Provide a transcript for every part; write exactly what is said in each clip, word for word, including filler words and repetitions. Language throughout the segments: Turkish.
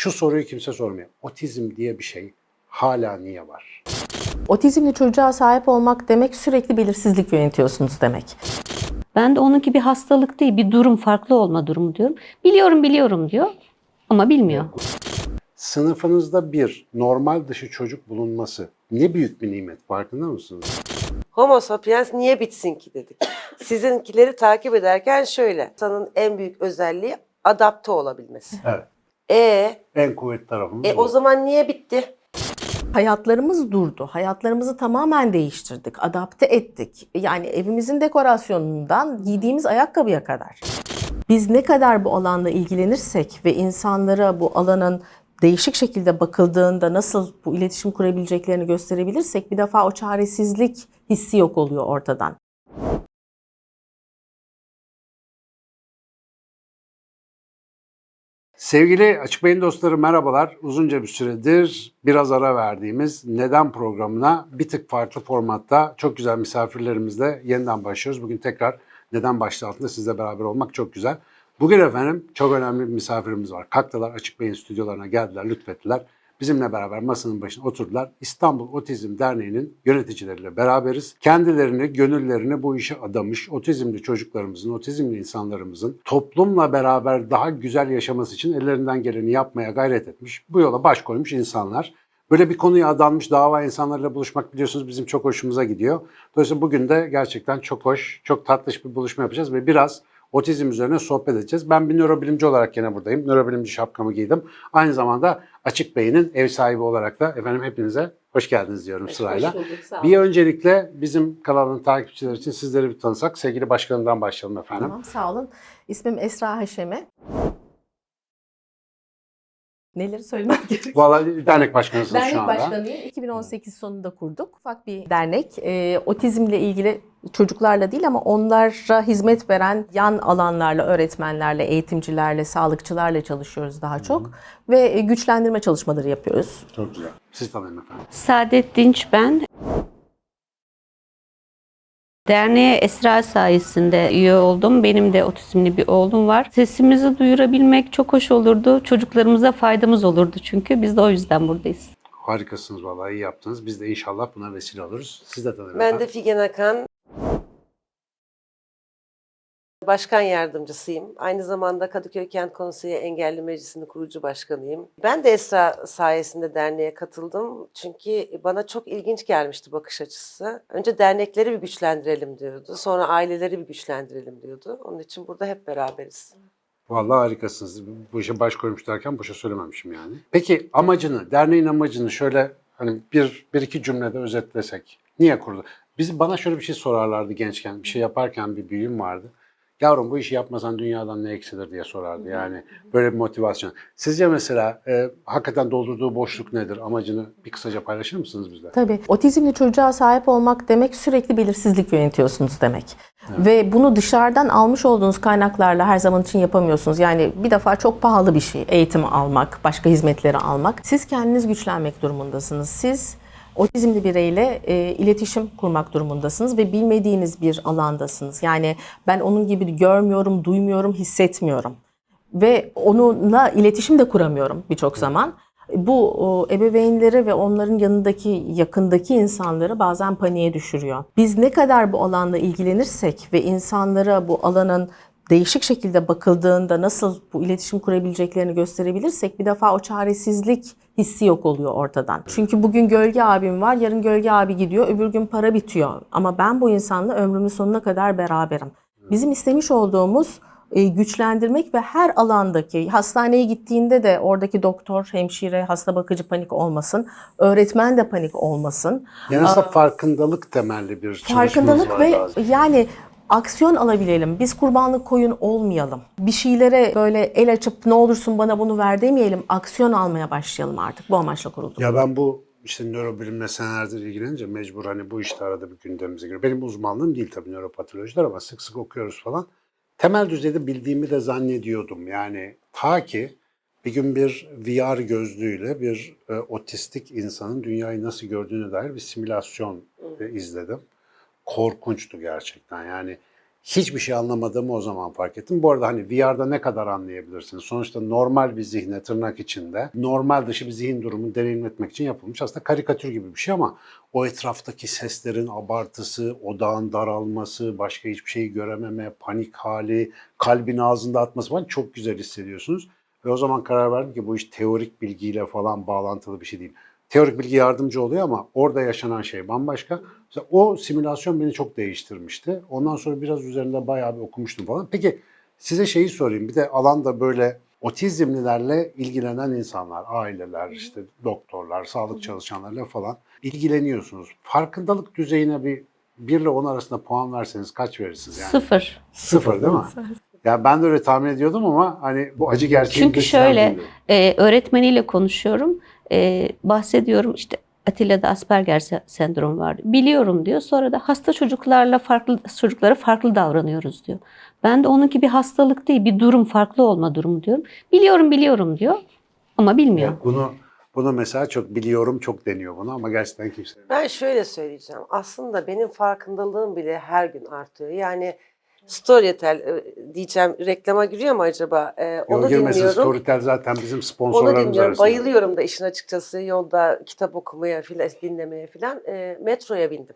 Şu soruyu kimse sormuyor. Otizm diye bir şey hala niye var? Otizmli çocuğa sahip olmak demek sürekli belirsizlik yönetiyorsunuz demek. Ben de onunki bir hastalık değil, bir durum, farklı olma durumu diyorum. Biliyorum biliyorum diyor ama bilmiyor. Sınıfınızda bir normal dışı çocuk bulunması ne büyük bir nimet, farkında mısınız? Homo sapiens niye bitsin ki dedik. Sizinkileri takip ederken şöyle. İnsanın en büyük özelliği adapte olabilmesi. Evet. E, En kuvvetli tarafımız e bu. o zaman niye bitti? Hayatlarımız durdu. Hayatlarımızı tamamen değiştirdik, adapte ettik. Yani evimizin dekorasyonundan giydiğimiz ayakkabıya kadar. Biz ne kadar bu alanla ilgilenirsek ve insanlara bu alanın değişik şekilde bakıldığında nasıl bu iletişim kurabileceklerini gösterebilirsek bir defa o çaresizlik hissi yok oluyor ortadan. Sevgili Açık Beyin dostları merhabalar. Uzunca bir süredir biraz ara verdiğimiz Neden programına bir tık farklı formatta çok güzel misafirlerimizle yeniden başlıyoruz. Bugün tekrar Neden başlığı altında sizle beraber olmak çok güzel. Bugün efendim çok önemli bir misafirimiz var. Kalktılar, Açık Beyin stüdyolarına geldiler, lütfettiler. Bizimle beraber masanın başına oturdular. İstanbul Otizm Derneği'nin yöneticileriyle beraberiz. Kendilerini, gönüllerini bu işe adamış, otizmli çocuklarımızın, otizmli insanlarımızın toplumla beraber daha güzel yaşaması için ellerinden geleni yapmaya gayret etmiş, bu yola baş koymuş insanlar. Böyle bir konuya adanmış dava insanlarıyla buluşmak biliyorsunuz bizim çok hoşumuza gidiyor. Dolayısıyla bugün de gerçekten çok hoş, çok tatlış bir buluşma yapacağız ve biraz otizm üzerine sohbet edeceğiz. Ben bir nörobilimci olarak yine buradayım. Nörobilimci şapkamı giydim. Aynı zamanda Açık Beyin'in ev sahibi olarak da efendim hepinize hoş geldiniz diyorum sırayla. Bir öncelikle bizim kanalın takipçileri için sizleri bir tanısak. Sevgili başkanımdan başlayalım efendim. Tamam, sağ olun. İsmim Esra Haşeme. Neleri söylemek gerekiyor? Vallahi dernek başkanısınız Dernek şu anda. başkanıyım. iki bin on sekiz sonunda kurduk. Ufak bir dernek. Ee, otizmle ilgili çocuklarla değil ama onlara hizmet veren yan alanlarla, öğretmenlerle, eğitimcilerle, sağlıkçılarla çalışıyoruz daha çok. Hı. Ve güçlendirme çalışmaları yapıyoruz. Çok güzel. Siz tanıyın efendim. Saadet Dinç ben. Derneğe Esra sayesinde üye oldum. Benim de otizmli bir oğlum var. Sesimizi duyurabilmek çok hoş olurdu. Çocuklarımıza faydamız olurdu çünkü. Biz de o yüzden buradayız. Harikasınız vallahi, iyi yaptınız. Biz de inşallah buna vesile oluruz. Siz de tanıyın Ben efendim. de Figen Akan. Başkan yardımcısıyım. Aynı zamanda Kadıköy Kent Konseyi Engelli Meclisi'nin kurucu başkanıyım. Ben de Esra sayesinde derneğe katıldım. Çünkü bana çok ilginç gelmişti bakış açısı. Önce dernekleri bir güçlendirelim diyordu. Sonra aileleri bir güçlendirelim diyordu. Onun için burada hep beraberiz. Vallahi harikasınız. Bu işe baş koymuş derken boşa söylememişim yani. Peki amacını, derneğin amacını şöyle hani bir, bir iki cümlede özetlesek. Niye kurdu? Biz, bana şöyle bir şey sorarlardı gençken. Bir şey yaparken bir büyüğüm vardı. Yavrum bu işi yapmasan dünyadan ne eksilir diye sorardı. Yani böyle bir motivasyon. Sizce mesela e, hakikaten doldurduğu boşluk nedir? Amacını bir kısaca paylaşır mısınız bizle? Tabii. Otizmli çocuğa sahip olmak demek sürekli belirsizlik yönetiyorsunuz demek. Evet. Ve bunu dışarıdan almış olduğunuz kaynaklarla her zaman için yapamıyorsunuz. Yani bir defa çok pahalı bir şey eğitim almak, başka hizmetleri almak. Siz kendiniz güçlenmek durumundasınız. Siz otizmli bireyle e, iletişim kurmak durumundasınız ve bilmediğiniz bir alandasınız. Yani ben onun gibi görmüyorum, duymuyorum, hissetmiyorum. Ve onunla iletişim de kuramıyorum birçok zaman. Bu o, ebeveynleri ve onların yanındaki, yakındaki insanları bazen paniğe düşürüyor. Biz ne kadar bu alanla ilgilenirsek ve insanlara bu alanın değişik şekilde bakıldığında nasıl bu iletişim kurabileceklerini gösterebilirsek bir defa o çaresizlik hissi yok oluyor ortadan. Çünkü bugün gölge abim var, yarın gölge abi gidiyor, öbür gün para bitiyor. Ama ben bu insanla ömrümün sonuna kadar beraberim. Bizim istemiş olduğumuz güçlendirmek ve her alandaki, hastaneye gittiğinde de oradaki doktor, hemşire, hasta bakıcı panik olmasın, öğretmen de panik olmasın. Yani aslında farkındalık temelli bir çalışmamız Farkındalık var ve bazen. yani aksiyon alabilelim. Biz kurbanlık koyun olmayalım. Bir şeylere böyle el açıp ne olursun bana bunu ver demeyelim. Aksiyon almaya başlayalım artık. Bu amaçla kurulduk. Ya ben bu işte nörobilimle senelerdir ilgilenince mecbur hani bu işte arada bir gündemimize giriyor. Benim uzmanlığım değil tabii nöropatolojiler ama sık sık okuyoruz falan. Temel düzeyde bildiğimi de zannediyordum. Yani ta ki bir gün bir V R gözlüğüyle bir e, otistik insanın dünyayı nasıl gördüğüne dair bir simülasyon e, izledim. Korkunçtu gerçekten. Yani hiçbir şey anlamadığımı o zaman fark ettim. Bu arada hani V R'da ne kadar anlayabilirsiniz? Sonuçta normal bir zihne tırnak içinde, normal dışı bir zihin durumunu deneyimletmek için yapılmış aslında karikatür gibi bir şey ama o etraftaki seslerin abartısı, odağın daralması, başka hiçbir şeyi görememe, panik hali, kalbin ağzında atması falan çok güzel hissediyorsunuz. Ve o zaman karar verdim ki bu iş teorik bilgiyle falan bağlantılı bir şey değil. Teorik bilgi yardımcı oluyor ama orada yaşanan şey bambaşka. Mesela o simülasyon beni çok değiştirmişti. Ondan sonra biraz üzerinde bayağı bir okumuştum falan. Peki size şeyi sorayım. Bir de alanda böyle otizmlilerle ilgilenen insanlar, aileler, işte doktorlar, sağlık çalışanlarıyla falan ilgileniyorsunuz. Farkındalık düzeyine bir bir ile on arasında puan verseniz kaç verirsiniz yani? Sıfır. Sıfır değil mi? Ya ben de öyle tahmin ediyordum ama hani bu acı gerçeği Çünkü şöyle, e, öğretmeniyle konuşuyorum, e, bahsediyorum işte Atilla'da Asperger se- sendromu var. Biliyorum diyor. Sonra da hasta çocuklarla farklı çocuklara farklı davranıyoruz diyor. Ben de onunki bir hastalık değil, bir durum, farklı olma durumu diyorum. Biliyorum biliyorum diyor ama bilmiyor. Evet, bunu bunu mesela çok biliyorum, çok deniyor bunu ama gerçekten kimse. Ben şöyle söyleyeceğim. Aslında benim farkındalığım bile her gün artıyor. Yani Storytel e, diyeceğim, reklama giriyor mu acaba? E, onu Yol girmesin, dinliyorum. Storytel zaten bizim Onu sponsorlarımız dinliyorum. arasında. Bayılıyorum da işin açıkçası. Yolda kitap okumaya filan, dinlemeye filan. E, metroya bindim.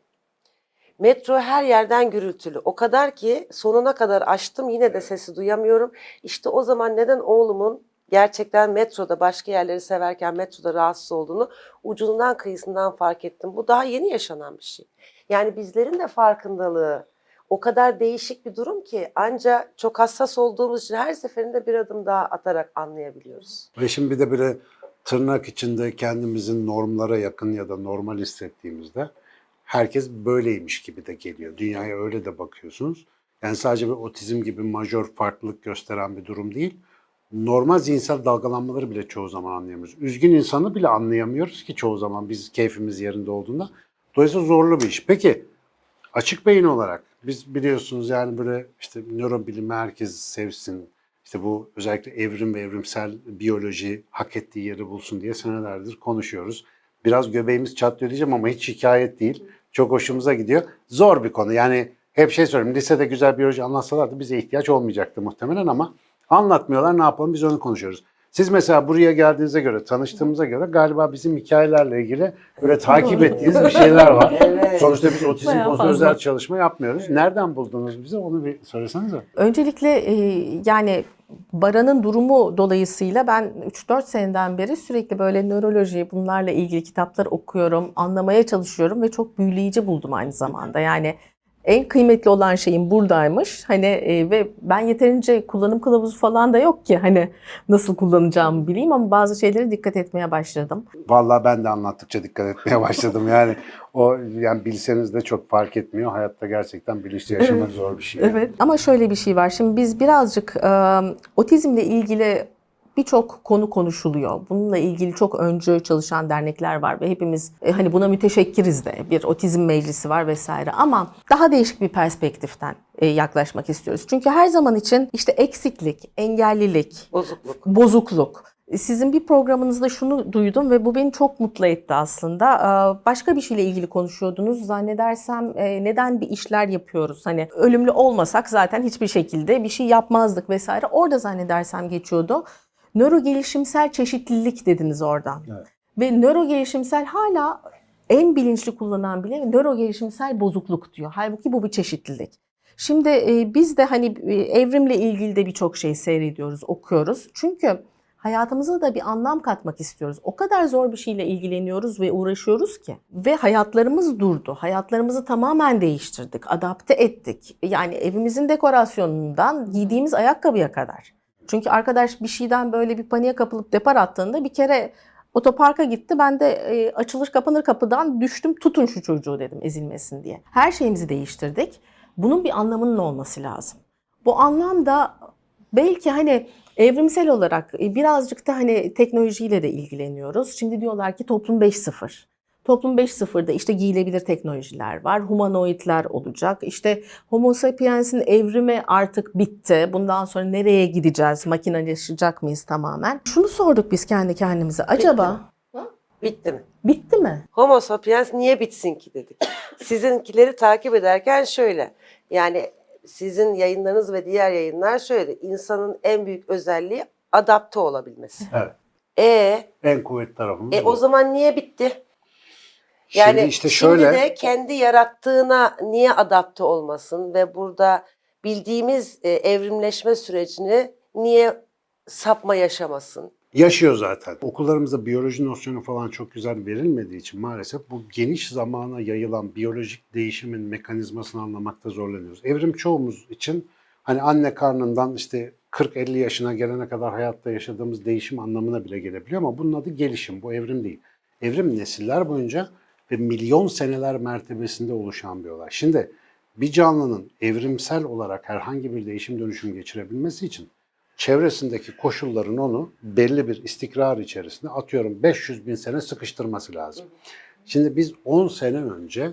Metro her yerden gürültülü. O kadar ki sonuna kadar açtım, yine de sesi duyamıyorum. İşte o zaman neden oğlumun gerçekten metroda başka yerleri severken metroda rahatsız olduğunu ucundan kıyısından fark ettim. Bu daha yeni yaşanan bir şey. Yani bizlerin de farkındalığı o kadar değişik bir durum ki ancak çok hassas olduğumuz için her seferinde bir adım daha atarak anlayabiliyoruz. Ve şimdi bir de böyle tırnak içinde kendimizin normlara yakın ya da normal hissettiğimizde herkes böyleymiş gibi de geliyor. Dünyaya öyle de bakıyorsunuz. Yani sadece bir otizm gibi majör farklılık gösteren bir durum değil. Normal zihinsel dalgalanmaları bile çoğu zaman anlayamıyoruz. Üzgün insanı bile anlayamıyoruz ki çoğu zaman biz keyfimiz yerinde olduğunda. Dolayısıyla zorlu bir iş. Peki açık beyin olarak biz biliyorsunuz yani böyle işte nörobilimi herkes sevsin. İşte bu özellikle evrim ve evrimsel biyoloji hak ettiği yeri bulsun diye senelerdir konuşuyoruz. Biraz göbeğimiz çatlıyor diyeceğim ama hiç şikayet değil. Çok hoşumuza gidiyor. Zor bir konu. Yani hep şey söyleyeyim. Lisede güzel biyoloji anlatsalardı bize ihtiyaç olmayacaktı muhtemelen ama anlatmıyorlar. Ne yapalım? Biz onu konuşuyoruz. Siz mesela buraya geldiğinize göre, tanıştığımıza göre galiba bizim hikayelerle ilgili böyle takip ettiğiniz bir şeyler var. Evet. Sonuçta biz otizm Bayağı konusunda fazla. özel çalışma yapmıyoruz. Nereden buldunuz bize? Onu bir söylesenize. Öncelikle e, yani Baran'ın durumu dolayısıyla ben üç dört seneden beri sürekli böyle nöroloji, bunlarla ilgili kitaplar okuyorum, anlamaya çalışıyorum ve çok büyüleyici buldum aynı zamanda. Yani en kıymetli olan şeyin buradaymış. Hani e, ve ben yeterince kullanım kılavuzu falan da yok ki hani nasıl kullanacağımı bileyim ama bazı şeylere dikkat etmeye başladım. Vallahi ben de anlattıkça dikkat etmeye başladım. Yani o yani bilseniz de çok fark etmiyor. Hayatta gerçekten bilinçli yaşamak zor bir şey. Evet. Ama şöyle bir şey var. Şimdi biz birazcık e, otizmle ilgili birçok konu konuşuluyor. Bununla ilgili çok öncü çalışan dernekler var ve hepimiz e, hani buna müteşekkiriz de. Bir otizm meclisi var vesaire ama daha değişik bir perspektiften e, yaklaşmak istiyoruz. Çünkü her zaman için işte eksiklik, engellilik, Bozukluk. bozukluk. Sizin bir programınızda şunu duydum ve bu beni çok mutlu etti aslında. Ee, Başka bir şeyle ilgili konuşuyordunuz. Zannedersem e, neden bir işler yapıyoruz? Hani ölümlü olmasak zaten hiçbir şekilde bir şey yapmazdık vesaire. Orada zannedersem geçiyordu. Nöro gelişimsel çeşitlilik dediniz oradan. Evet. Ve nöro gelişimsel hala en bilinçli kullanan bile nöro gelişimsel bozukluk diyor. Halbuki bu bir çeşitlilik. Şimdi e, biz de hani e, evrimle ilgili de birçok şey seyrediyoruz, okuyoruz. Çünkü hayatımıza da bir anlam katmak istiyoruz. O kadar zor bir şeyle ilgileniyoruz ve uğraşıyoruz ki. Ve hayatlarımız durdu. Hayatlarımızı tamamen değiştirdik, adapte ettik. Yani evimizin dekorasyonundan giydiğimiz ayakkabıya kadar. Çünkü arkadaş bir şeyden böyle bir paniğe kapılıp depar attığında bir kere otoparka gitti. Ben de e, açılır kapanır kapıdan düştüm, tutun şu çocuğu dedim ezilmesin diye. Her şeyimizi değiştirdik. Bunun bir anlamının olması lazım. Bu anlam da belki hani evrimsel olarak birazcık da hani teknolojiyle de ilgileniyoruz. Şimdi diyorlar ki toplum beş nokta sıfır. Toplum beş nokta sıfırda işte giyilebilir teknolojiler var, humanoidler olacak. İşte Homo sapiens'in evrimi artık bitti. Bundan sonra nereye gideceğiz? Makineleşecek miyiz tamamen? Şunu sorduk biz kendi kendimize. Acaba Bitti mi? bitti mi? Homo sapiens niye bitsin ki dedik. Sizinkileri takip ederken şöyle. Yani sizin yayınlarınız ve diğer yayınlar şöyle. İnsanın en büyük özelliği adapte olabilmesi. Evet. E, En kuvvetli tarafımız e bu. o zaman niye bitti? Yani Şimdi işte şimdi şöyle, de kendi yarattığına niye adapte olmasın ve burada bildiğimiz e, evrimleşme sürecini niye sapma yaşamasın? yaşıyor zaten. Okullarımızda biyoloji nosyonu falan çok güzel verilmediği için maalesef bu geniş zamana yayılan biyolojik değişimin mekanizmasını anlamakta zorlanıyoruz. Evrim çoğumuz için hani anne karnından işte kırk elli yaşına gelene kadar hayatta yaşadığımız değişim anlamına bile gelebiliyor ama bunun adı gelişim, bu evrim değil. Evrim nesiller boyunca ve milyon seneler mertebesinde oluşan bir olay. Şimdi bir canlının evrimsel olarak herhangi bir değişim dönüşüm geçirebilmesi için çevresindeki koşulların onu belli bir istikrar içerisinde atıyorum beş yüz bin sene sıkıştırması lazım. Şimdi biz on sene önce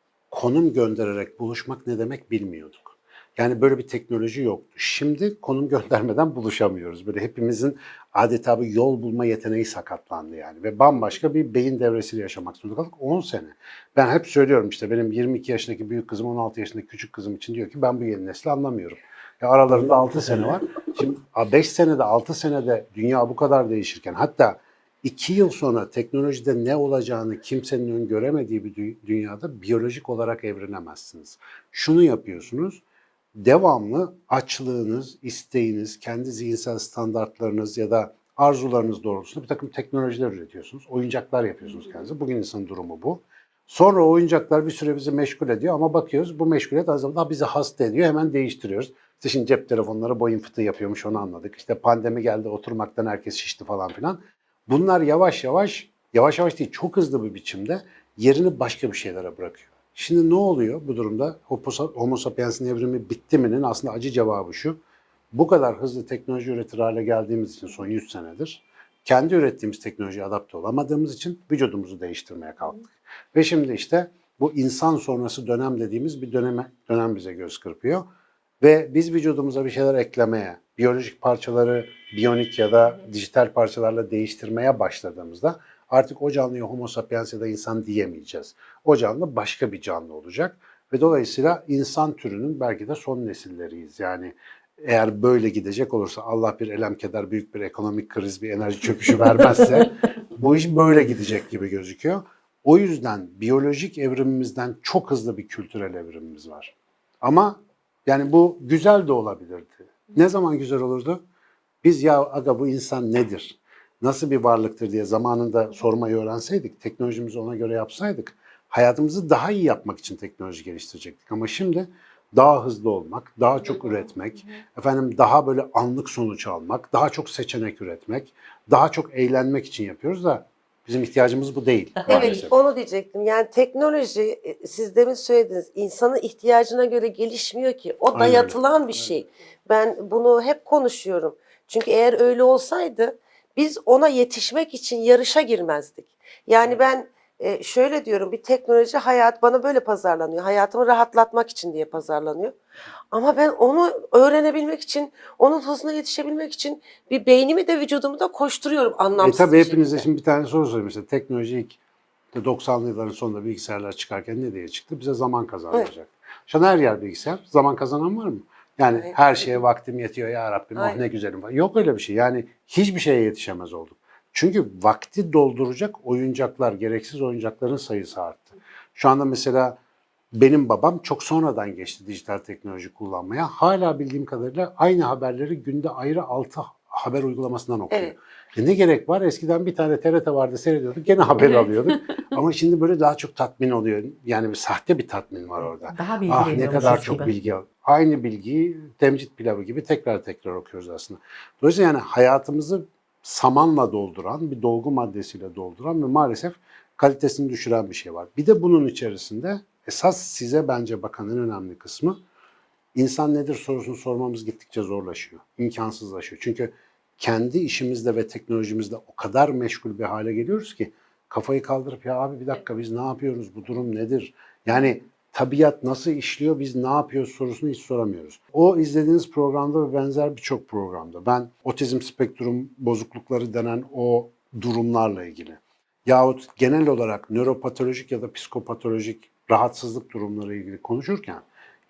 konum göndererek buluşmak ne demek bilmiyorduk. Yani böyle bir teknoloji yoktu. Şimdi konum göndermeden buluşamıyoruz. Böyle hepimizin adeta bir yol bulma yeteneği sakatlandı yani. Ve bambaşka bir beyin devresiyle yaşamak zorunda kaldık. on sene. Ben hep söylüyorum işte benim yirmi iki yaşındaki büyük kızım, on altı yaşındaki küçük kızım için diyor ki ben bu yeni nesli anlamıyorum. Ya aralarında altı sene var. Şimdi beş senede, altı senede dünya bu kadar değişirken hatta iki yıl sonra teknolojide ne olacağını kimsenin öngöremediği bir dü- dünyada biyolojik olarak evrilemezsiniz. Şunu yapıyorsunuz, devamlı açlığınız, isteğiniz, kendi zihinsel standartlarınız ya da arzularınız doğrultusunda bir takım teknolojiler üretiyorsunuz. Oyuncaklar yapıyorsunuz kendinize. Bugün insanın durumu bu. Sonra o oyuncaklar bir süre bizi meşgul ediyor ama bakıyoruz bu meşguliyet az zamanda bizi hasta ediyor. Hemen değiştiriyoruz. İşte şimdi cep telefonları boyun fıtığı yapıyormuş onu anladık. İşte pandemi geldi oturmaktan herkes şişti falan filan. Bunlar yavaş yavaş, yavaş yavaş değil çok hızlı bir biçimde yerini başka bir şeylere bırakıyor. Şimdi ne oluyor bu durumda? Homo sapiens'in evrimi bitti mi'nin aslında acı cevabı şu. Bu kadar hızlı teknoloji üretir hale geldiğimiz için son yüz senedir kendi ürettiğimiz teknolojiye adapte olamadığımız için vücudumuzu değiştirmeye kalktık. Ve şimdi işte bu insan sonrası dönem dediğimiz bir döneme, dönem bize göz kırpıyor. Ve biz vücudumuza bir şeyler eklemeye, biyolojik parçaları biyonik ya da dijital parçalarla değiştirmeye başladığımızda artık o canlıya Homo sapiens ya da insan diyemeyeceğiz. O canlı başka bir canlı olacak ve dolayısıyla insan türünün belki de son nesilleriyiz. Yani eğer böyle gidecek olursa Allah bir elem keder, büyük bir ekonomik kriz, bir enerji çöküşü vermezse bu iş böyle gidecek gibi gözüküyor. O yüzden biyolojik evrimimizden çok hızlı bir kültürel evrimimiz var. Ama yani bu güzel de olabilirdi. Ne zaman güzel olurdu? Biz ya aga bu insan nedir? Nasıl bir varlıktır diye zamanında sormayı öğrenseydik, teknolojimizi ona göre yapsaydık, hayatımızı daha iyi yapmak için teknoloji geliştirecektik. Ama şimdi daha hızlı olmak, daha çok üretmek, efendim daha böyle anlık sonuç almak, daha çok seçenek üretmek, daha çok eğlenmek için yapıyoruz da bizim ihtiyacımız bu değil maalesef. Evet, onu diyecektim. Yani teknoloji, e, siz demin söylediniz, insanın ihtiyacına göre gelişmiyor ki. O Aynen dayatılan bir şey. Ben bunu hep konuşuyorum. Çünkü eğer öyle olsaydı biz ona yetişmek için yarışa girmezdik. Yani ben e, şöyle diyorum, bir teknoloji hayat bana böyle pazarlanıyor. Hayatımı rahatlatmak için diye pazarlanıyor. Ama ben onu öğrenebilmek için, onun hızına yetişebilmek için bir beynimi de vücudumu da koşturuyorum E anlamsız tabii bir hepinize şekilde. şimdi bir tane soru sorayım. Mesela teknoloji ilk doksanlı yılların sonunda bilgisayarlar çıkarken ne diye çıktı? Bize zaman kazandıracak. Şu an her yer bilgisayar. Zaman kazanan var mı? Yani Hayır. her şeye vaktim yetiyor ya Rabbim oh Hayır. ne güzelim. Yok öyle bir şey. Yani hiçbir şeye yetişemez olduk. Çünkü vakti dolduracak oyuncaklar, gereksiz oyuncakların sayısı arttı. Şu anda mesela benim babam çok sonradan geçti dijital teknoloji kullanmaya. Hala bildiğim kadarıyla aynı haberleri günde ayrı altı haber uygulamasından okuyor. Evet. E ne gerek var? Eskiden bir tane T R T vardı seyrediyorduk. Gene haber Evet. alıyorduk. Ama şimdi böyle daha çok tatmin oluyor. Yani bir sahte bir tatmin var orada. Daha bilgi Ah ne veriyormuşuz kadar çok gibi. bilgi al. Aynı bilgiyi temcit pilavı gibi tekrar tekrar okuyoruz aslında. Dolayısıyla yani hayatımızı samanla dolduran, bir dolgu maddesiyle dolduran ve maalesef kalitesini düşüren bir şey var. Bir de bunun içerisinde esas size bence bakan en önemli kısmı insan nedir sorusunu sormamız gittikçe zorlaşıyor, imkansızlaşıyor. Çünkü kendi işimizde ve teknolojimizde o kadar meşgul bir hale geliyoruz ki kafayı kaldırıp ya abi bir dakika biz ne yapıyoruz, bu durum nedir? Yani tabiat nasıl işliyor, biz ne yapıyoruz sorusunu hiç soramıyoruz. O izlediğiniz programda ve benzer birçok programda ben otizm spektrum bozuklukları denen o durumlarla ilgili yahut genel olarak nöropatolojik ya da psikopatolojik rahatsızlık durumları ilgili konuşurken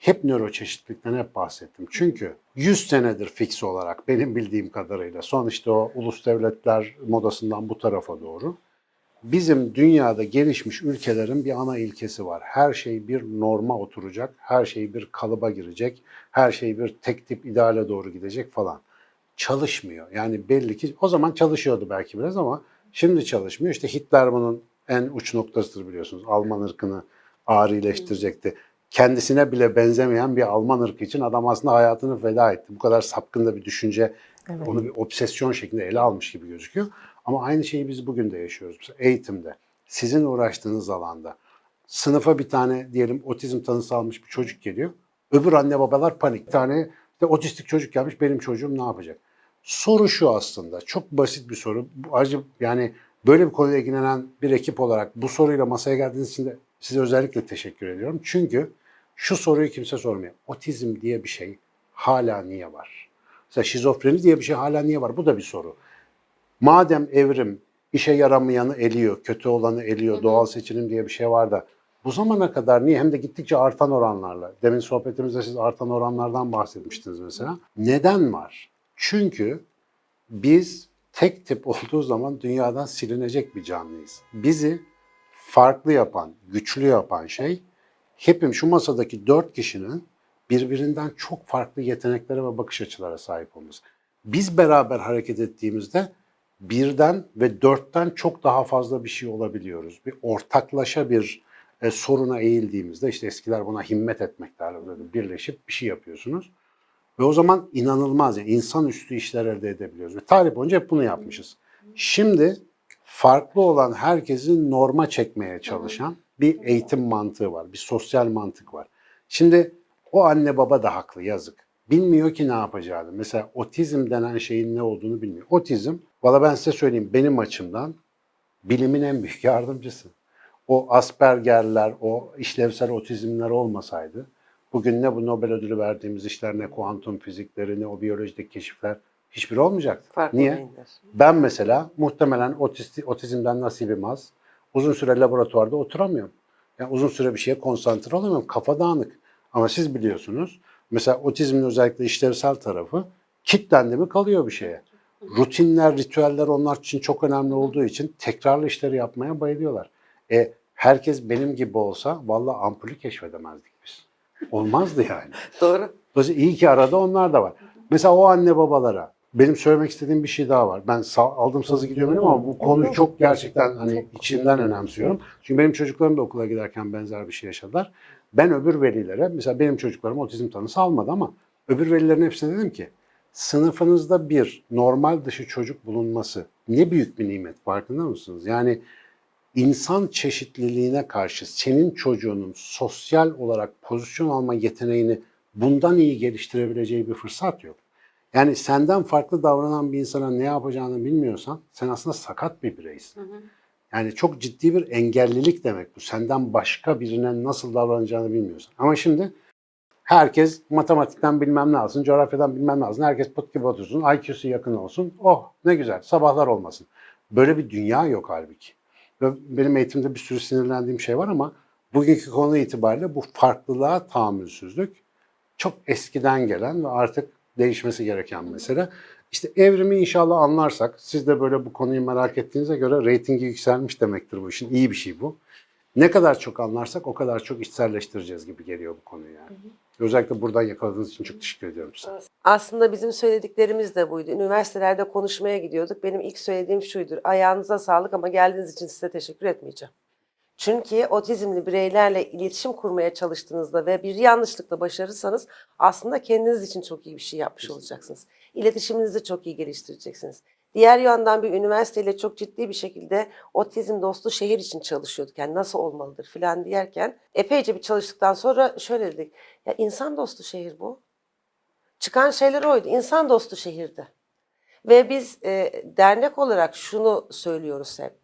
hep nöroçeşitlilikten hep bahsettim. Çünkü yüz senedir fix olarak benim bildiğim kadarıyla son işte o ulus devletler modasından bu tarafa doğru bizim dünyada gelişmiş ülkelerin bir ana ilkesi var. Her şey bir norma oturacak, her şey bir kalıba girecek, her şey bir tek tip ideale doğru gidecek falan. Çalışmıyor. Yani belli ki o zaman çalışıyordu belki biraz ama şimdi çalışmıyor. İşte Hitler bunun en uç noktasıdır biliyorsunuz. Alman ırkını arileştirecekti. Kendisine bile benzemeyen bir Alman ırkı için adam aslında hayatını feda etti. Bu kadar sapkın da bir düşünce, Evet. onu bir obsesyon şeklinde ele almış gibi gözüküyor. Ama aynı şeyi biz bugün de yaşıyoruz. Mesela eğitimde, sizin uğraştığınız alanda sınıfa bir tane diyelim otizm tanısı almış bir çocuk geliyor. Öbür anne babalar panik. Bir tane işte otistik çocuk gelmiş, benim çocuğum ne yapacak? Soru şu aslında, çok basit bir soru. Bu acı yani böyle bir konuyla ilgilenen bir ekip olarak bu soruyla masaya geldiğiniz için de size özellikle teşekkür ediyorum. Çünkü şu soruyu kimse sormuyor. Otizm diye bir şey hala niye var? Mesela şizofreni diye bir şey hala niye var? Bu da bir soru. Madem evrim işe yaramayanı eliyor, kötü olanı eliyor, hı hı. Doğal seçilim diye bir şey var da bu zamana kadar niye? Hem de gittikçe artan oranlarla. Demin sohbetimizde siz artan oranlardan bahsetmiştiniz mesela. Neden var? Çünkü biz tek tip olduğu zaman dünyadan silinecek bir canlıyız. Bizi farklı yapan, güçlü yapan şey hepim şu masadaki dört kişinin birbirinden çok farklı yeteneklere ve bakış açılara sahip olması. Biz beraber hareket ettiğimizde birden ve dörtten çok daha fazla bir şey olabiliyoruz. Bir ortaklaşa bir e, soruna eğildiğimizde işte eskiler buna himmet etmek derlerdi. Birleşip bir şey yapıyorsunuz. Ve o zaman inanılmaz yani insanüstü işler elde edebiliyoruz. Ve tarih boyunca hep bunu yapmışız. Şimdi farklı olan herkesin norma çekmeye çalışan bir eğitim mantığı var. Bir sosyal mantık var. Şimdi o anne baba da haklı, yazık. Bilmiyor ki ne yapacağını. Mesela otizm denen şeyin ne olduğunu bilmiyor. Otizm, valla ben size söyleyeyim benim açımdan bilimin en büyük yardımcısı. O Asperger'ler, o işlevsel otizmler olmasaydı bugün ne bu Nobel ödülü verdiğimiz işler, ne kuantum fizikleri, ne o biyolojideki keşifler hiçbiri olmayacaktı. Farklı Niye? beyinler. Ben mesela muhtemelen otisti, otizmden nasibim az. Uzun süre laboratuvarda oturamıyorum. Yani uzun süre bir şeye konsantre olamıyorum. Kafa dağınık. Ama siz biliyorsunuz. Mesela otizmin özellikle işlevsel tarafı kitlendi mi kalıyor bir şeye. Rutinler, ritüeller onlar için çok önemli olduğu için tekrarlı işleri yapmaya bayılıyorlar. E, herkes benim gibi olsa vallahi ampulü keşfedemezdik biz. Olmazdı yani. Doğru. Dolayısıyla iyi ki arada onlar da var. Mesela o anne babalara benim söylemek istediğim bir şey daha var. Ben sağ, aldım sazı gidiyorum ama bu konuyu çok gerçekten hani içimden önemsiyorum. Çünkü benim çocuklarım da okula giderken benzer bir şey yaşadılar. Ben öbür velilere, mesela benim çocuklarım otizm tanısı almadı ama öbür velilerin hepsine dedim ki sınıfınızda bir normal dışı çocuk bulunması ne büyük bir nimet, farkında mısınız? Yani insan çeşitliliğine karşı senin çocuğunun sosyal olarak pozisyon alma yeteneğini bundan iyi geliştirebileceği bir fırsat yok. Yani senden farklı davranan bir insana ne yapacağını bilmiyorsan sen aslında sakat bir bireysin. Hı hı. Yani çok ciddi bir engellilik demek bu. Senden başka birine nasıl davranacağını bilmiyorsan. Ama şimdi herkes matematikten bilmem ne alsın, coğrafyadan bilmem ne alsın. Herkes pıt gibi otursun, I Q'su yakın olsun. Oh ne güzel, sabahlar olmasın. Böyle bir dünya yok halbuki. Ve benim eğitimde bir sürü sinirlendiğim şey var ama bugünkü konu itibariyle bu farklılığa tahammülsüzlük çok eskiden gelen ve artık değişmesi gereken mesele. İşte evrimi inşallah anlarsak, siz de böyle bu konuyu merak ettiğinize göre reytingi yükselmiş demektir bu işin. İyi bir şey bu. Ne kadar çok anlarsak o kadar çok içselleştireceğiz gibi geliyor bu konuyu yani. Hı hı. Özellikle buradan yakaladığınız için çok teşekkür ediyorum size. Aslında bizim söylediklerimiz de buydu. Üniversitelerde konuşmaya gidiyorduk. Benim ilk söylediğim şuydur. Ayağınıza sağlık ama geldiğiniz için size teşekkür etmeyeceğim. Çünkü otizmli bireylerle iletişim kurmaya çalıştığınızda ve bir yanlışlıkla başarırsanız aslında kendiniz için çok iyi bir şey yapmış olacaksınız. İletişiminizi çok iyi geliştireceksiniz. Diğer yandan bir üniversiteyle çok ciddi bir şekilde otizm dostu şehir için çalışıyorduk. Yani nasıl olmalıdır filan diyerken epeyce bir çalıştıktan sonra şöyle dedik. Ya insan dostu şehir bu. Çıkan şeyler oydu. İnsan dostu şehirdi. Ve biz e, dernek olarak şunu söylüyoruz hep.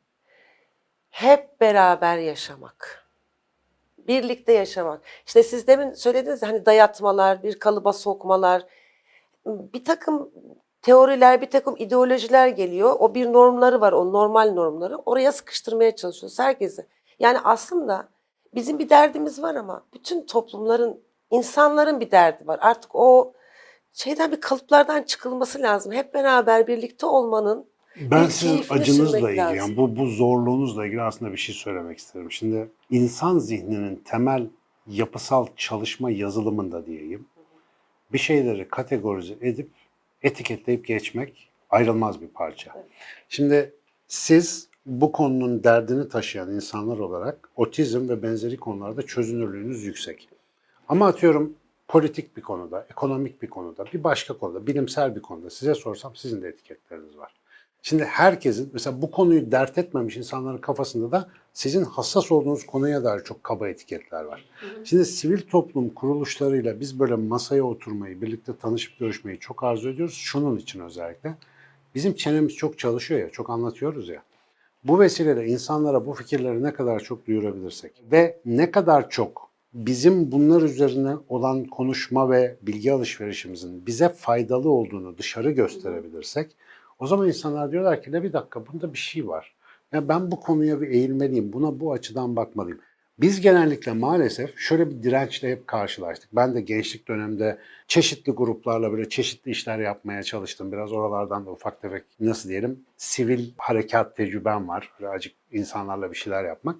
Hep beraber yaşamak. Birlikte yaşamak. İşte siz demin söylediniz ya, hani dayatmalar, bir kalıba sokmalar, bir takım teoriler, bir takım ideolojiler geliyor. O bir normları var, o normal normları. Oraya sıkıştırmaya çalışıyoruz herkesi. Yani aslında bizim bir derdimiz var ama bütün toplumların İnsanların bir derdi var. Artık o şeyden bir kalıplardan çıkılması lazım. Hep beraber birlikte olmanın Ben bir sizin keyfini acınızla sürmek ilgili, lazım. yani bu, bu zorluğunuzla ilgili aslında bir şey söylemek isterim. Şimdi insan zihninin temel yapısal çalışma yazılımında diyeyim, bir şeyleri kategorize edip etiketleyip geçmek ayrılmaz bir parça. Şimdi siz bu konunun derdini taşıyan insanlar olarak otizm ve benzeri konularda çözünürlüğünüz yüksek. Ama atıyorum politik bir konuda, ekonomik bir konuda, bir başka konuda, bilimsel bir konuda size sorsam sizin de etiketleriniz var. Şimdi herkesin, mesela bu konuyu dert etmemiş insanların kafasında da sizin hassas olduğunuz konuya dair çok kaba etiketler var. Şimdi sivil toplum kuruluşlarıyla biz böyle masaya oturmayı, birlikte tanışıp görüşmeyi çok arzu ediyoruz. Şunun için özellikle. Bizim çenemiz çok çalışıyor ya, çok anlatıyoruz ya. Bu vesileyle insanlara bu fikirleri ne kadar çok duyurabilirsek ve ne kadar çok bizim bunlar üzerine olan konuşma ve bilgi alışverişimizin bize faydalı olduğunu dışarı gösterebilirsek, o zaman insanlar diyorlar ki, ne bir dakika, bunda bir şey var. Ya ben bu konuya bir eğilmeliyim, buna bu açıdan bakmalıyım. Biz genellikle maalesef şöyle bir dirençle hep karşılaştık. Ben de gençlik döneminde çeşitli gruplarla böyle çeşitli işler yapmaya çalıştım. Biraz oralardan da ufak tefek, nasıl diyelim, sivil harekat tecrübem var. Böyle acık insanlarla bir şeyler yapmak.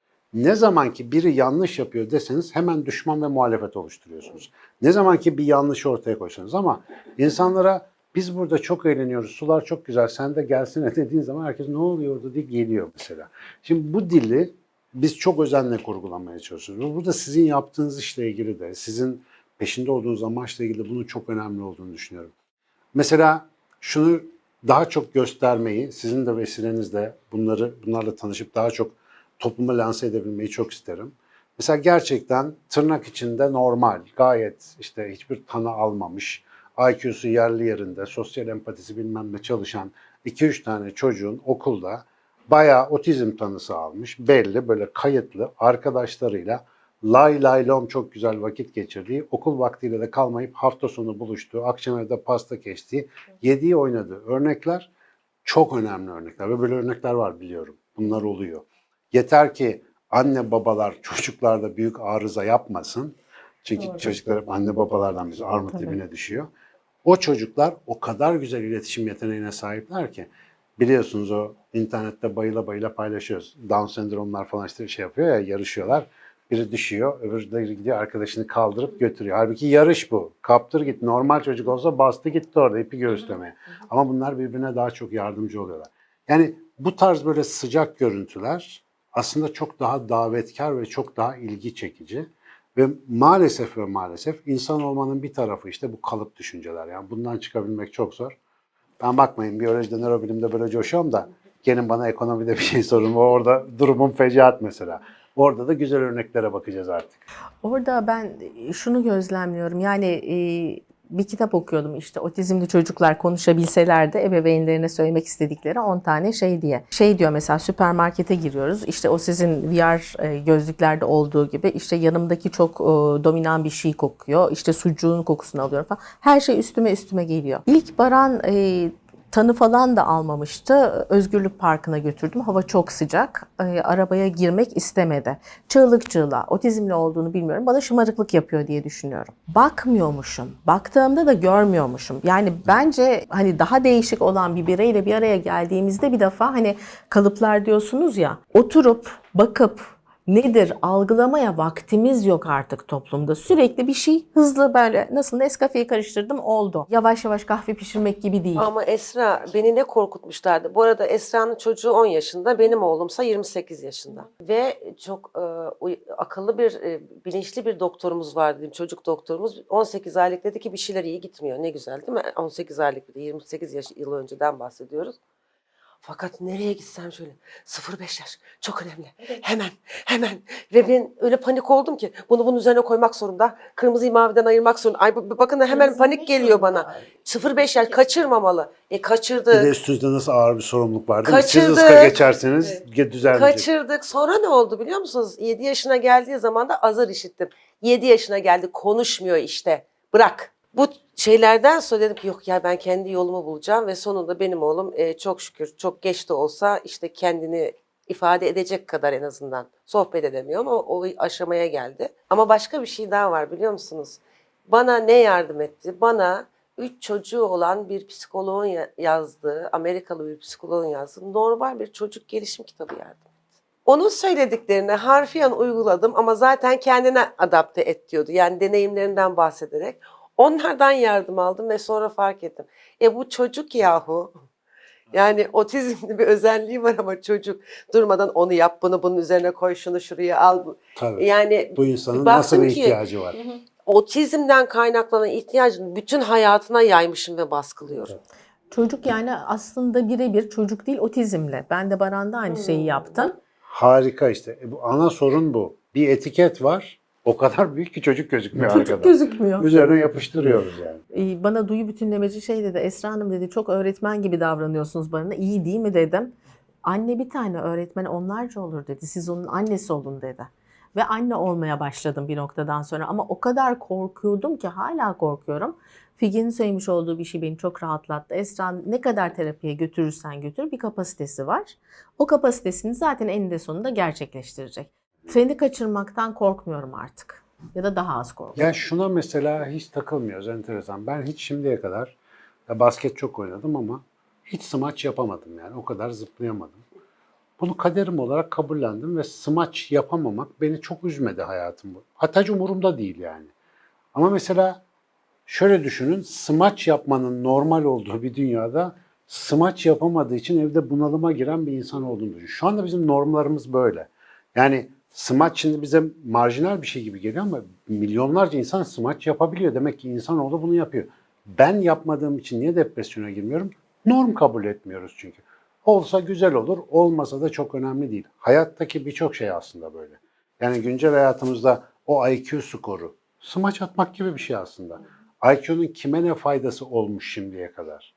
Ne zaman ki biri yanlış yapıyor deseniz hemen düşman ve muhalefet oluşturuyorsunuz. Ne zaman ki bir yanlışı ortaya koyuyorsunuz, ama insanlara biz burada çok eğleniyoruz, sular çok güzel, sen de gelsene dediğin zaman herkes ne oluyor orada diye geliyor mesela. Şimdi bu dili biz çok özenle kurgulamaya çalışıyoruz. Ve burada sizin yaptığınız işle ilgili de, sizin peşinde olduğunuz amaçla ilgili de bunun çok önemli olduğunu düşünüyorum. Mesela şunu daha çok göstermeyi, sizin de vesilenizle bunları bunlarla tanışıp daha çok topluma lanse edebilmeyi çok isterim. Mesela gerçekten tırnak içinde normal, gayet işte hiçbir tanı almamış, I Q'su yerli yerinde, sosyal empatisi bilmem ne çalışan iki üç tane çocuğun okulda bayağı otizm tanısı almış, belli böyle kayıtlı arkadaşlarıyla lay lay lom çok güzel vakit geçirdiği, okul vaktiyle de kalmayıp hafta sonu buluştuğu, akşam evde pasta kestiği, yediği oynadığı örnekler çok önemli örnekler ve böyle örnekler var, biliyorum. Bunlar oluyor. Yeter ki anne babalar çocuklarda büyük arıza yapmasın. Çünkü Doğru. çocuklar hep anne babalardan biz armut dibine düşüyor. O çocuklar o kadar güzel iletişim yeteneğine sahipler ki, biliyorsunuz o internette bayıla bayıla paylaşıyoruz. Down sendromlar falan işte şey yapıyor ya, yarışıyorlar. Biri düşüyor, öbürü de gidiyor arkadaşını kaldırıp götürüyor. Halbuki yarış bu. Kaptır git. Normal çocuk olsa bastı gitti orada ipi göğüslemeye. Ama bunlar birbirine daha çok yardımcı oluyorlar. Yani bu tarz böyle sıcak görüntüler aslında çok daha davetkar ve çok daha ilgi çekici. Ve maalesef ve maalesef insan olmanın bir tarafı işte bu kalıp düşünceler. Yani bundan çıkabilmek çok zor. Ben bakmayın biyolojide, nörobilimde böyle coşuyorum da gelin bana ekonomide bir şey sorun. Orada durumum fecaat mesela. Orada da güzel örneklere bakacağız artık. Orada ben şunu gözlemliyorum. Yani e, bir kitap okuyordum, işte otizmli çocuklar konuşabilseler de ebeveynlerine söylemek istedikleri on tane şey diye. Şey diyor mesela, süpermarkete giriyoruz. İşte o sizin V R e, gözlüklerde olduğu gibi, işte yanımdaki çok e, dominan bir şey kokuyor. İşte sucuğun kokusunu alıyorum falan. Her şey üstüme üstüme geliyor. İlk Baran e, tanı falan da almamıştı. Özgürlük Parkı'na götürdüm. Hava çok sıcak. E, arabaya girmek istemedi. Çığlık çığlığa. Otizmli olduğunu bilmiyorum. Bana şımarıklık yapıyor diye düşünüyorum. Bakmıyormuşum. Baktığımda da görmüyormuşum. Yani bence hani daha değişik olan bir bireyle bir araya geldiğimizde bir defa, hani kalıplar diyorsunuz ya, oturup bakıp nedir algılamaya vaktimiz yok artık toplumda. Sürekli bir şey hızlı, böyle nasıl Nescafe'yi karıştırdım oldu. Yavaş yavaş kahve pişirmek gibi değil. Ama Esra, beni ne korkutmuşlardı. Bu arada Esra'nın çocuğu on yaşında, benim oğlumsa yirmi sekiz yaşında. Ve çok e, uy- akıllı bir, e, bilinçli bir doktorumuz var diyeyim, çocuk doktorumuz. on sekiz aylık dedi ki bir şeyler iyi gitmiyor. Ne güzel değil mi? on sekiz aylık bir de, yirmi sekiz yaş, yıl önceden bahsediyoruz. Fakat nereye gitsem şöyle sıfır beş yaş çok önemli. Hemen hemen ve ben öyle panik oldum ki bunu bunun üzerine koymak zorunda. Kırmızıyı maviden ayırmak zorunda. Ay bu- bakın hemen panik geliyor bana. sıfır beş yaş kaçırmamalı. E Bir de kaçırdık. üstünüzde nasıl ağır bir sorumluluk var değil mi? Siz Kaçırdık. ıska geçerseniz düzelmeyecek. Kaçırdık. Sonra ne oldu biliyor musunuz? yedi yaşına geldiği zaman da azar işittim. yedi yaşına geldi, konuşmuyor işte. Bırak. Bu şeylerden sonra dedim ki yok ya, ben kendi yolumu bulacağım ve sonunda benim oğlum e, çok şükür çok geç de olsa işte kendini ifade edecek kadar en azından sohbet edemiyor ama o aşamaya geldi. Ama başka bir şey daha var biliyor musunuz? Bana ne yardım etti? Bana üç çocuğu olan bir psikoloğun ya- yazdığı, Amerikalı bir psikoloğun yazdığı normal bir çocuk gelişim kitabı yardım etti. Onun söylediklerini harfiyen uyguladım ama zaten kendine adapte et diyordu. Yani deneyimlerinden bahsederek. Onlardan yardım aldım ve sonra fark ettim. E bu çocuk yahu. Yani otizmli bir özelliği var ama çocuk durmadan onu yap, bunu bunun üzerine koy, şunu şuraya al. Tabii. Yani Bu insanın baktım nasıl bir ki, ihtiyacı var? otizmden kaynaklanan ihtiyacını bütün hayatına yaymışım ve baskılıyorum. Çocuk yani aslında birebir çocuk değil otizmle. Ben de Baran'da aynı şeyi yaptım. Harika işte. E bu ana sorun bu. Bir etiket var. O kadar büyük ki çocuk gözükmüyor Çocuk arkada. gözükmüyor. Üzerine yapıştırıyoruz yani. Ee, Bana duyu bütünlemeci şey dedi. Esra Hanım dedi çok öğretmen gibi davranıyorsunuz bana. İyi değil mi dedim. Anne bir tane öğretmen onlarca olur dedi. Siz onun annesi olun dedi. Ve anne olmaya başladım bir noktadan sonra. Ama o kadar korkuyordum ki hala korkuyorum. Figen'in söylemiş olduğu bir şey beni çok rahatlattı. Esra ne kadar terapiye götürürsen götür bir kapasitesi var. O kapasitesini zaten eninde sonunda gerçekleştirecek. Treni kaçırmaktan korkmuyorum artık. Ya da daha az korkuyorum. Ya şuna mesela hiç takılmıyoruz. Enteresan. Ben hiç şimdiye kadar ya basket çok oynadım ama hiç smaç yapamadım yani. O kadar zıplayamadım. Bunu kaderim olarak kabullendim ve smaç yapamamak beni çok üzmedi hayatım bu. Hatta hiç umurumda değil yani. Ama mesela şöyle düşünün, smaç yapmanın normal olduğu bir dünyada smaç yapamadığı için evde bunalıma giren bir insan olduğunu düşün. Şu anda bizim normlarımız böyle. Yani smaç şimdi bize marjinal bir şey gibi geliyor ama milyonlarca insan smaç yapabiliyor. Demek ki insanoğlu bunu yapıyor. Ben yapmadığım için niye depresyona girmiyorum? Norm kabul etmiyoruz çünkü. Olsa güzel olur, olmasa da çok önemli değil. Hayattaki birçok şey aslında böyle. Yani güncel hayatımızda o I Q skoru, smaç atmak gibi bir şey aslında. I Q'nun kime ne faydası olmuş şimdiye kadar?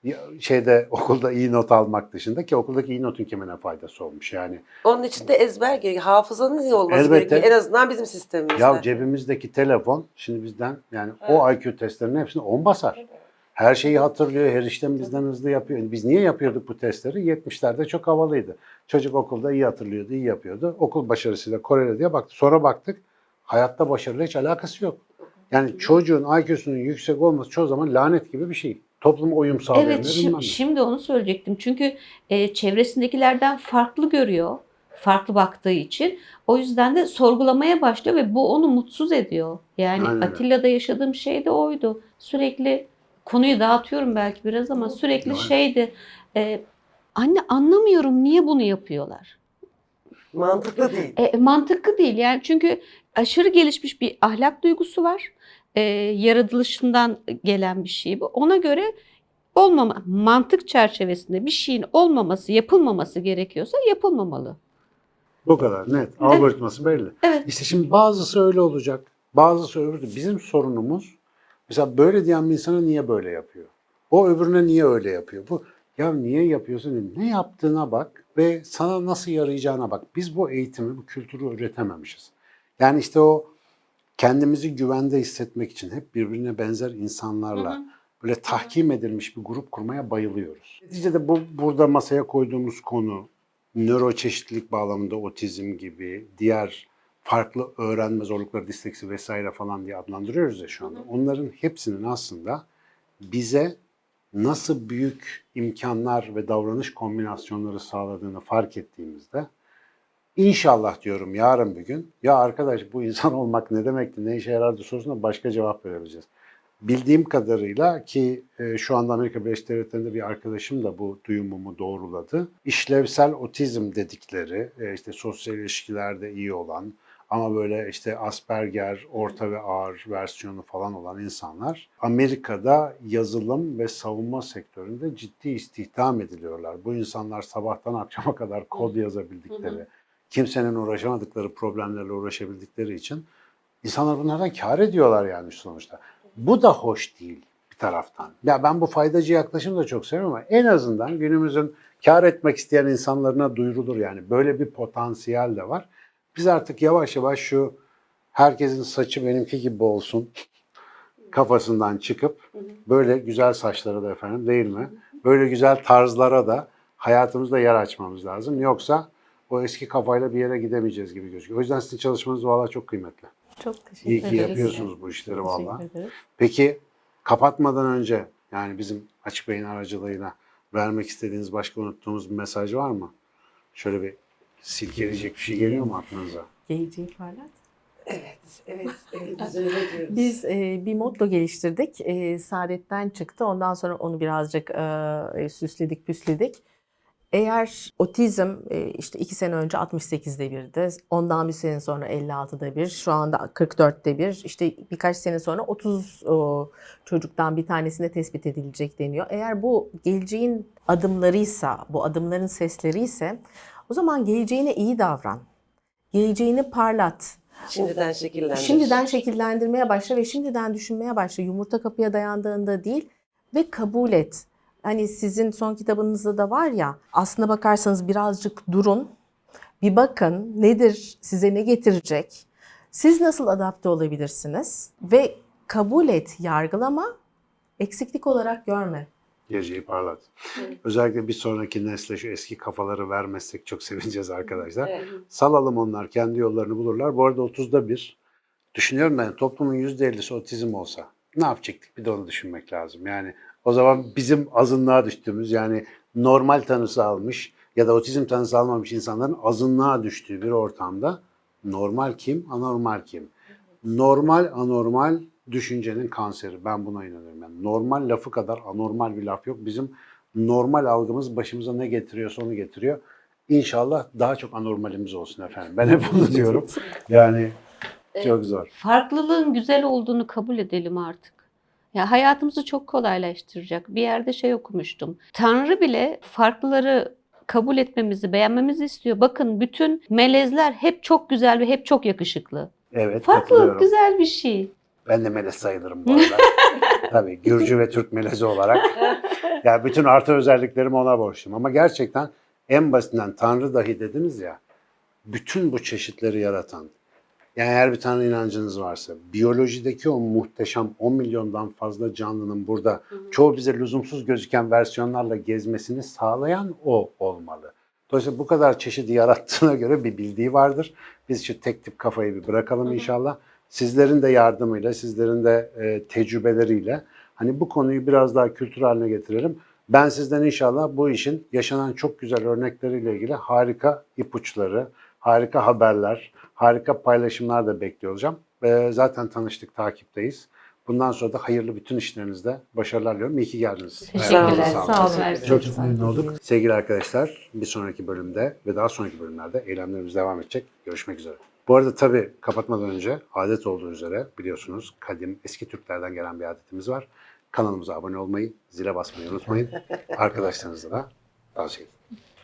Şeyde okulda iyi not almak dışında ki okuldaki iyi notun kime ne faydası olmuş yani. Onun için de ezber gerekiyor. Hafızanın iyi olması Elbette. gerekiyor. En azından bizim sistemimizde. Ya cebimizdeki telefon şimdi bizden yani o I Q testlerinin hepsini on basar. Her şeyi hatırlıyor, her işlem bizden hızlı yapıyor. Biz niye yapıyorduk bu testleri? yetmişlerde çok havalıydı. Çocuk okulda iyi hatırlıyordu, iyi yapıyordu. Okul başarısıyla koreli diye baktı. Sonra baktık hayatta başarıyla hiç alakası yok. Yani çocuğun I Q'sunun yüksek olması çoğu zaman lanet gibi bir şey. Topluma uyum sağlayamıyor. Evet, bilmem şi- ne. şimdi onu söyleyecektim. Çünkü e, çevresindekilerden farklı görüyor, farklı baktığı için. O yüzden de sorgulamaya başlıyor ve bu onu mutsuz ediyor. Yani Aynen öyle. Atilla'da yaşadığım şey de oydu. Sürekli konuyu dağıtıyorum belki biraz ama sürekli Aynen. şeydi. e, Anne anlamıyorum niye bunu yapıyorlar. Mantıklı değil. E, mantıklı değil yani çünkü aşırı gelişmiş bir ahlak duygusu var. E, yaratılışından gelen bir şey bu. Ona göre olmama, mantık çerçevesinde bir şeyin olmaması, yapılmaması gerekiyorsa yapılmamalı. Bu kadar net. Algoritması belli. Evet. İşte şimdi bazısı öyle olacak. Bazısı öbürü. Bizim sorunumuz mesela böyle diyen bir insana niye böyle yapıyor? O öbürüne niye öyle yapıyor? Bu ya niye yapıyorsun? Ne yaptığına bak ve sana nasıl yarayacağına bak. Biz bu eğitimi, bu kültürü üretememişiz. Yani işte o kendimizi güvende hissetmek için hep birbirine benzer insanlarla böyle tahkim edilmiş bir grup kurmaya bayılıyoruz. Neticede bu burada masaya koyduğumuz konu nöroçeşitlilik bağlamında otizm gibi diğer farklı öğrenme zorlukları, disleksi vesaire falan diye adlandırıyoruz ya şu anda. Onların hepsinin aslında bize nasıl büyük imkanlar ve davranış kombinasyonları sağladığını fark ettiğimizde İnşallah diyorum yarın bir gün ya arkadaş bu insan olmak ne demekti, ne işe yarardı sorusuna başka cevap verebileceğiz. Bildiğim kadarıyla ki e, şu anda Amerika Birleşik Devletleri'nde bir arkadaşım da bu duyumumu doğruladı. İşlevsel otizm dedikleri e, işte sosyal ilişkilerde iyi olan ama böyle işte Asperger, orta ve ağır versiyonu falan olan insanlar Amerika'da yazılım ve savunma sektöründe ciddi istihdam ediliyorlar. Bu insanlar sabahtan akşama kadar kod yazabildikleri, kimsenin uğraşamadıkları problemlerle uğraşabildikleri için insanlar bunlardan kâr ediyorlar yani sonuçta. Bu da hoş değil bir taraftan. Ya ben bu faydacı yaklaşımı da çok seviyorum ama en azından günümüzün kâr etmek isteyen insanlarına duyurulur yani. Böyle bir potansiyel de var. Biz artık yavaş yavaş şu herkesin saçı benimki gibi olsun kafasından çıkıp böyle güzel saçlara da efendim değil mi? Böyle güzel tarzlara da hayatımızda yer açmamız lazım. Yoksa o eski kafayla bir yere gidemeyeceğiz gibi gözüküyor. O yüzden sizin çalışmanız valla çok kıymetli. Çok teşekkür İyi ki ederiz. yapıyorsunuz bu işleri valla. Teşekkür ederim. Peki kapatmadan önce yani bizim Açık Bey'in aracılığıyla vermek istediğiniz başka unuttuğumuz bir mesaj var mı? Şöyle bir silkeleyecek bir şey geliyor mu aklınıza? Geleceği parlat. Evet, evet, evet. Biz öyle diyoruz. Biz e, bir motto geliştirdik. E, Saadet'ten çıktı. Ondan sonra onu birazcık e, süsledik, püsledik. Eğer otizm e, işte iki sene önce altmış sekizde birdi. Ondan bir sene sonra elli altıda bir. Şu anda kırk dörtte bir. İşte birkaç sene sonra otuz o, çocuktan bir tanesinde tespit edilecek deniyor. Eğer bu geleceğin adımlarıysa, bu adımların sesleriyse o zaman geleceğine iyi davran. Geleceğini parlat. Şimdiden şekillendir. Şimdiden şekillendirmeye başla ve şimdiden düşünmeye başla. Yumurta kapıya dayandığında değil ve kabul et. Hani sizin son kitabınızda da var ya, aslına bakarsanız birazcık durun, bir bakın nedir, size ne getirecek, siz nasıl adapte olabilirsiniz ve kabul et, yargılama, eksiklik olarak görme. Geleceği parlat. Özellikle bir sonraki nesle şu eski kafaları vermezsek çok sevineceğiz arkadaşlar. Evet. Salalım, onlar kendi yollarını bulurlar. Bu arada otuzda bir. Düşünüyorum ben, toplumun yüzde ellisi otizm olsa ne yapacaktık? Bir de onu düşünmek lazım. Yani o zaman bizim azınlığa düştüğümüz, yani normal tanısı almış ya da otizm tanısı almamış insanların azınlığa düştüğü bir ortamda normal kim, anormal kim? Normal, anormal düşüncenin kanseri. Ben buna inanıyorum. Yani normal lafı kadar anormal bir laf yok. Bizim normal algımız başımıza ne getiriyorsa onu getiriyor. İnşallah daha çok anormalimiz olsun efendim. Ben hep bunu diyorum. Yani çok zor. Farklılığın güzel olduğunu kabul edelim artık. Ya hayatımızı çok kolaylaştıracak. Bir yerde şey okumuştum. Tanrı bile farklıları kabul etmemizi, beğenmemizi istiyor. Bakın bütün melezler hep çok güzel ve hep çok yakışıklı. Evet, Farklılık katılıyorum. güzel bir şey. Ben de melez sayılırım bu arada. Tabii Gürcü ve Türk melezi olarak. Yani bütün artı özelliklerimi ona borçluyum. Ama gerçekten en basitinden Tanrı dahi dediniz ya, bütün bu çeşitleri yaratan, yani eğer bir Tanrı inancınız varsa, biyolojideki o muhteşem on milyondan fazla canlının burada çoğu bize lüzumsuz gözüken versiyonlarla gezmesini sağlayan o olmalı. Dolayısıyla bu kadar çeşidi yarattığına göre bir bildiği vardır. Biz şu tek tip kafayı bir bırakalım inşallah. Sizlerin de yardımıyla, sizlerin de e, tecrübeleriyle hani bu konuyu biraz daha kültür haline getirelim. Ben sizden inşallah bu işin yaşanan çok güzel örnekleriyle ilgili harika ipuçları, harika haberler, harika paylaşımlar da bekliyor olacağım. E, zaten tanıştık, takipteyiz. Bundan sonra da hayırlı bütün işlerinizde başarılar diliyorum. İyi ki geldiniz. Teşekkürler. Ayağınıza sağlık. Sağ olun. Çok çok memnun olduk. Sevgili arkadaşlar, bir sonraki bölümde ve daha sonraki bölümlerde eylemlerimiz devam edecek. Görüşmek üzere. Bu arada tabii kapatmadan önce adet olduğu üzere biliyorsunuz kadim eski Türklerden gelen bir adetimiz var. Kanalımıza abone olmayı, zile basmayı unutmayın. Arkadaşlarınızla da tavsiye edin.